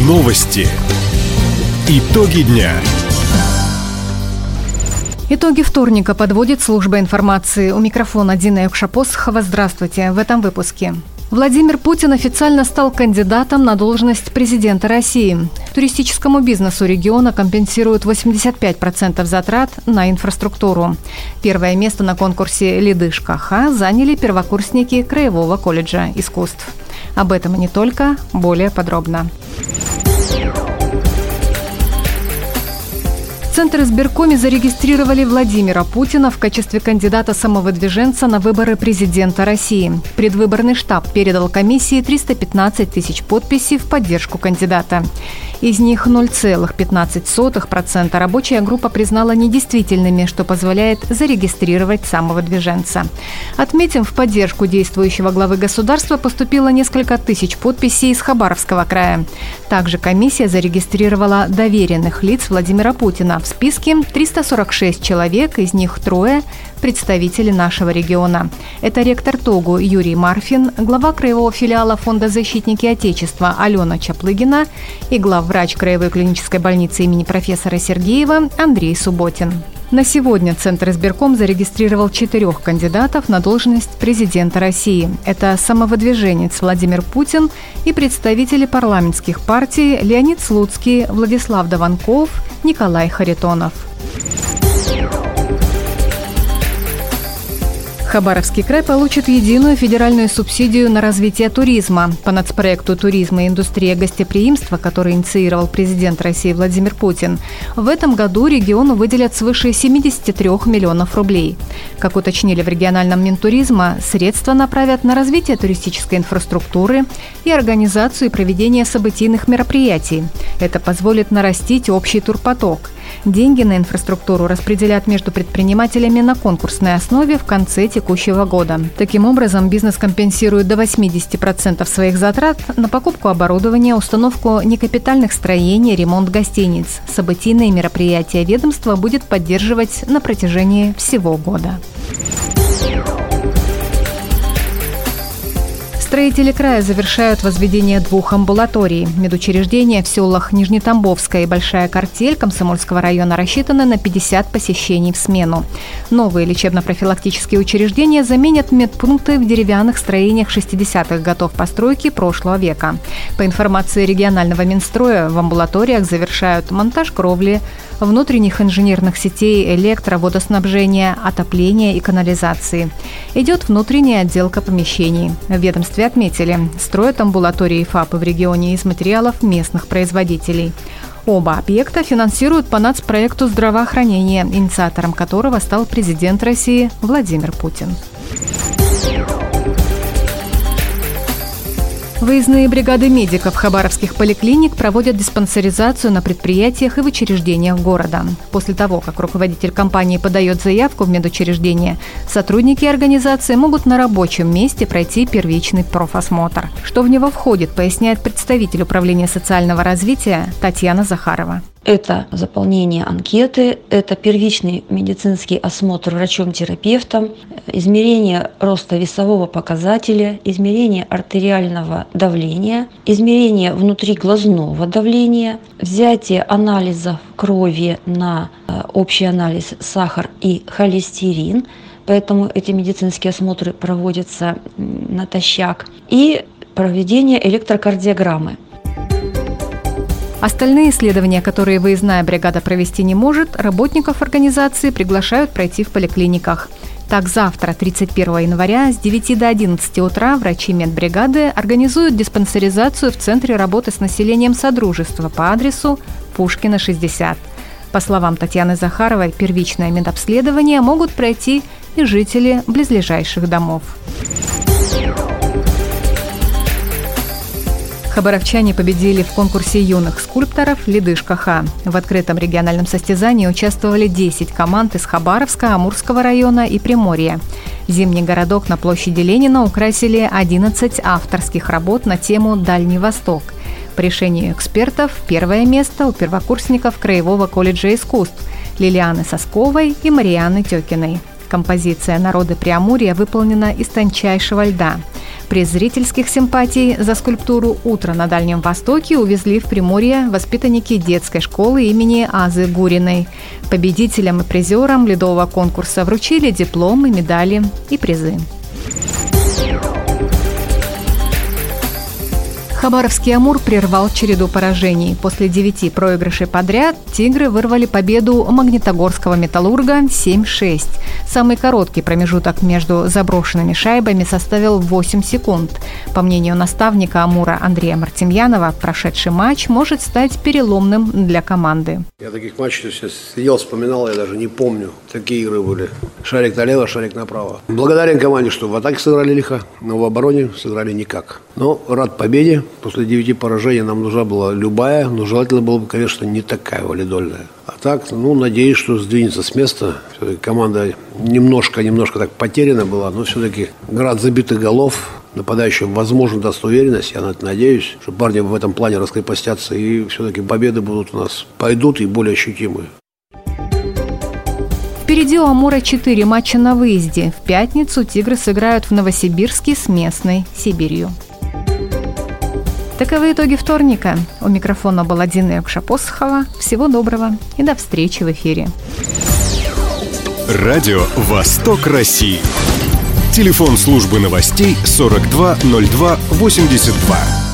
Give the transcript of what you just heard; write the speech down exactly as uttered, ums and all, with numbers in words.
Новости. Итоги дня. Итоги вторника подводит служба информации. У микрофона Дина Юкшапосхова. Здравствуйте. В этом выпуске. Владимир Путин официально стал кандидатом на должность президента России. Туристическому бизнесу региона компенсируют восемьдесят пять процентов затрат на инфраструктуру. Первое место на конкурсе «Лидышка-Ха» заняли первокурсники Краевого колледжа искусств. Об этом и не только, более подробно. В Центр избиркоме зарегистрировали Владимира Путина в качестве кандидата-самовыдвиженца на выборы президента России. Предвыборный штаб передал комиссии триста пятнадцать тысяч подписей в поддержку кандидата. Из них ноль целых пятнадцать сотых процента рабочая группа признала недействительными, что позволяет зарегистрировать самовыдвиженца. Отметим, в поддержку действующего главы государства поступило несколько тысяч подписей из Хабаровского края. Также комиссия зарегистрировала доверенных лиц Владимира Путина. В списке триста сорок шесть человек, из них трое – представители нашего региона. Это ректор ТОГУ Юрий Марфин, глава краевого филиала Фонда «Защитники Отечества» Алена Чаплыгина и главврач краевой клинической больницы имени профессора Сергеева Андрей Субботин. На сегодня Центр избирком зарегистрировал четырех кандидатов на должность президента России. Это самовыдвиженец Владимир Путин и представители парламентских партий Леонид Слуцкий, Владислав Даванков, Николай Харитонов. Хабаровский край получит единую федеральную субсидию на развитие туризма. По нацпроекту «Туризм и индустрия гостеприимства», который инициировал президент России Владимир Путин, в этом году региону выделят свыше семьдесят три миллионов рублей. Как уточнили в региональном Минтуризма, средства направят на развитие туристической инфраструктуры и организацию и проведение событийных мероприятий. Это позволит нарастить общий турпоток. Деньги на инфраструктуру распределят между предпринимателями на конкурсной основе в конце текущего года. Таким образом, бизнес компенсирует до восемьдесят процентов своих затрат на покупку оборудования, установку некапитальных строений, ремонт гостиниц. Событийные мероприятия ведомство будет поддерживать на протяжении всего года. Строители края завершают возведение двух амбулаторий. Медучреждения в селах Нижнетамбовская и Большая Картель Комсомольского района рассчитаны на пятьдесят посещений в смену. Новые лечебно-профилактические учреждения заменят медпункты в деревянных строениях шестидесятых годов постройки прошлого века. По информации регионального Минстроя, в амбулаториях завершают монтаж кровли, внутренних инженерных сетей электроводоснабжения, отопления и канализации. Идет внутренняя отделка помещений. В ведомстве отметили, строят амбулатории и ФАПы в регионе из материалов местных производителей. Оба объекта финансируют по нацпроекту здравоохранения, инициатором которого стал президент России Владимир Путин. Выездные бригады медиков хабаровских поликлиник проводят диспансеризацию на предприятиях и в учреждениях города. После того, как руководитель компании подает заявку в медучреждение, сотрудники организации могут на рабочем месте пройти первичный профосмотр. Что в него входит, поясняет представитель управления социального развития Татьяна Захарова. Это заполнение анкеты, это первичный медицинский осмотр врачом-терапевтом, измерение роста весового показателя, измерение артериального давления, измерение внутриглазного давления, взятие анализов крови на общий анализ сахар и холестерин, поэтому эти медицинские осмотры проводятся натощак, и проведение электрокардиограммы. Остальные исследования, которые выездная бригада провести не может, работников организации приглашают пройти в поликлиниках. Так, завтра, тридцать первого января, с девяти до одиннадцати утра врачи медбригады организуют диспансеризацию в Центре работы с населением Содружества по адресу Пушкина, шестьдесят. По словам Татьяны Захаровой, первичное медобследование могут пройти и жители близлежащих домов. Хабаровчане победили в конкурсе юных скульпторов «Лидышка-Ха». В открытом региональном состязании участвовали десять команд из Хабаровска, Амурского района и Приморья. Зимний городок на площади Ленина украсили одиннадцать авторских работ на тему «Дальний Восток». По решению экспертов первое место у первокурсников Краевого колледжа искусств Лилианы Сосковой и Марианны Тёкиной. Композиция «Народы Преамурья» выполнена из тончайшего льда. Приз зрительских симпатий за скульптуру «Утро на Дальнем Востоке» увезли в Приморье воспитанники детской школы имени Азы Гуриной. Победителям и призерам ледового конкурса вручили дипломы, медали и призы. Хабаровский «Амур» прервал череду поражений. После девяти проигрышей подряд «Тигры» вырвали победу у магнитогорского «Металлурга» семь шесть. Самый короткий промежуток между заброшенными шайбами составил восемь секунд. По мнению наставника «Амура» Андрея Мартемьянова, прошедший матч может стать переломным для команды. Я таких матчей сейчас сидел, вспоминал, я даже не помню. Такие игры были. Шарик налево, шарик направо. Благодарен команде, что в атаке сыграли лихо, но в обороне сыграли никак. Но рад победе. После девяти поражений нам нужна была любая, но желательно было бы, конечно, не такая валидольная. А так, ну, надеюсь, что сдвинется с места. Все-таки команда немножко-немножко так потеряна была, но все-таки град забитых голов, нападающим, возможно, даст уверенность. Я на это надеюсь, что парни в этом плане раскрепостятся, и все-таки победы будут у нас, пойдут и более ощутимые. Впереди у «Амура» четыре матча на выезде. В пятницу «Тигры» сыграют в Новосибирске с местной Сибирью. Таковы итоги вторника. У микрофона была Дина Якушапосхова. Всего доброго и до встречи в эфире. Радио «Восток России». Телефон службы новостей сорок два ноль два восемьдесят два.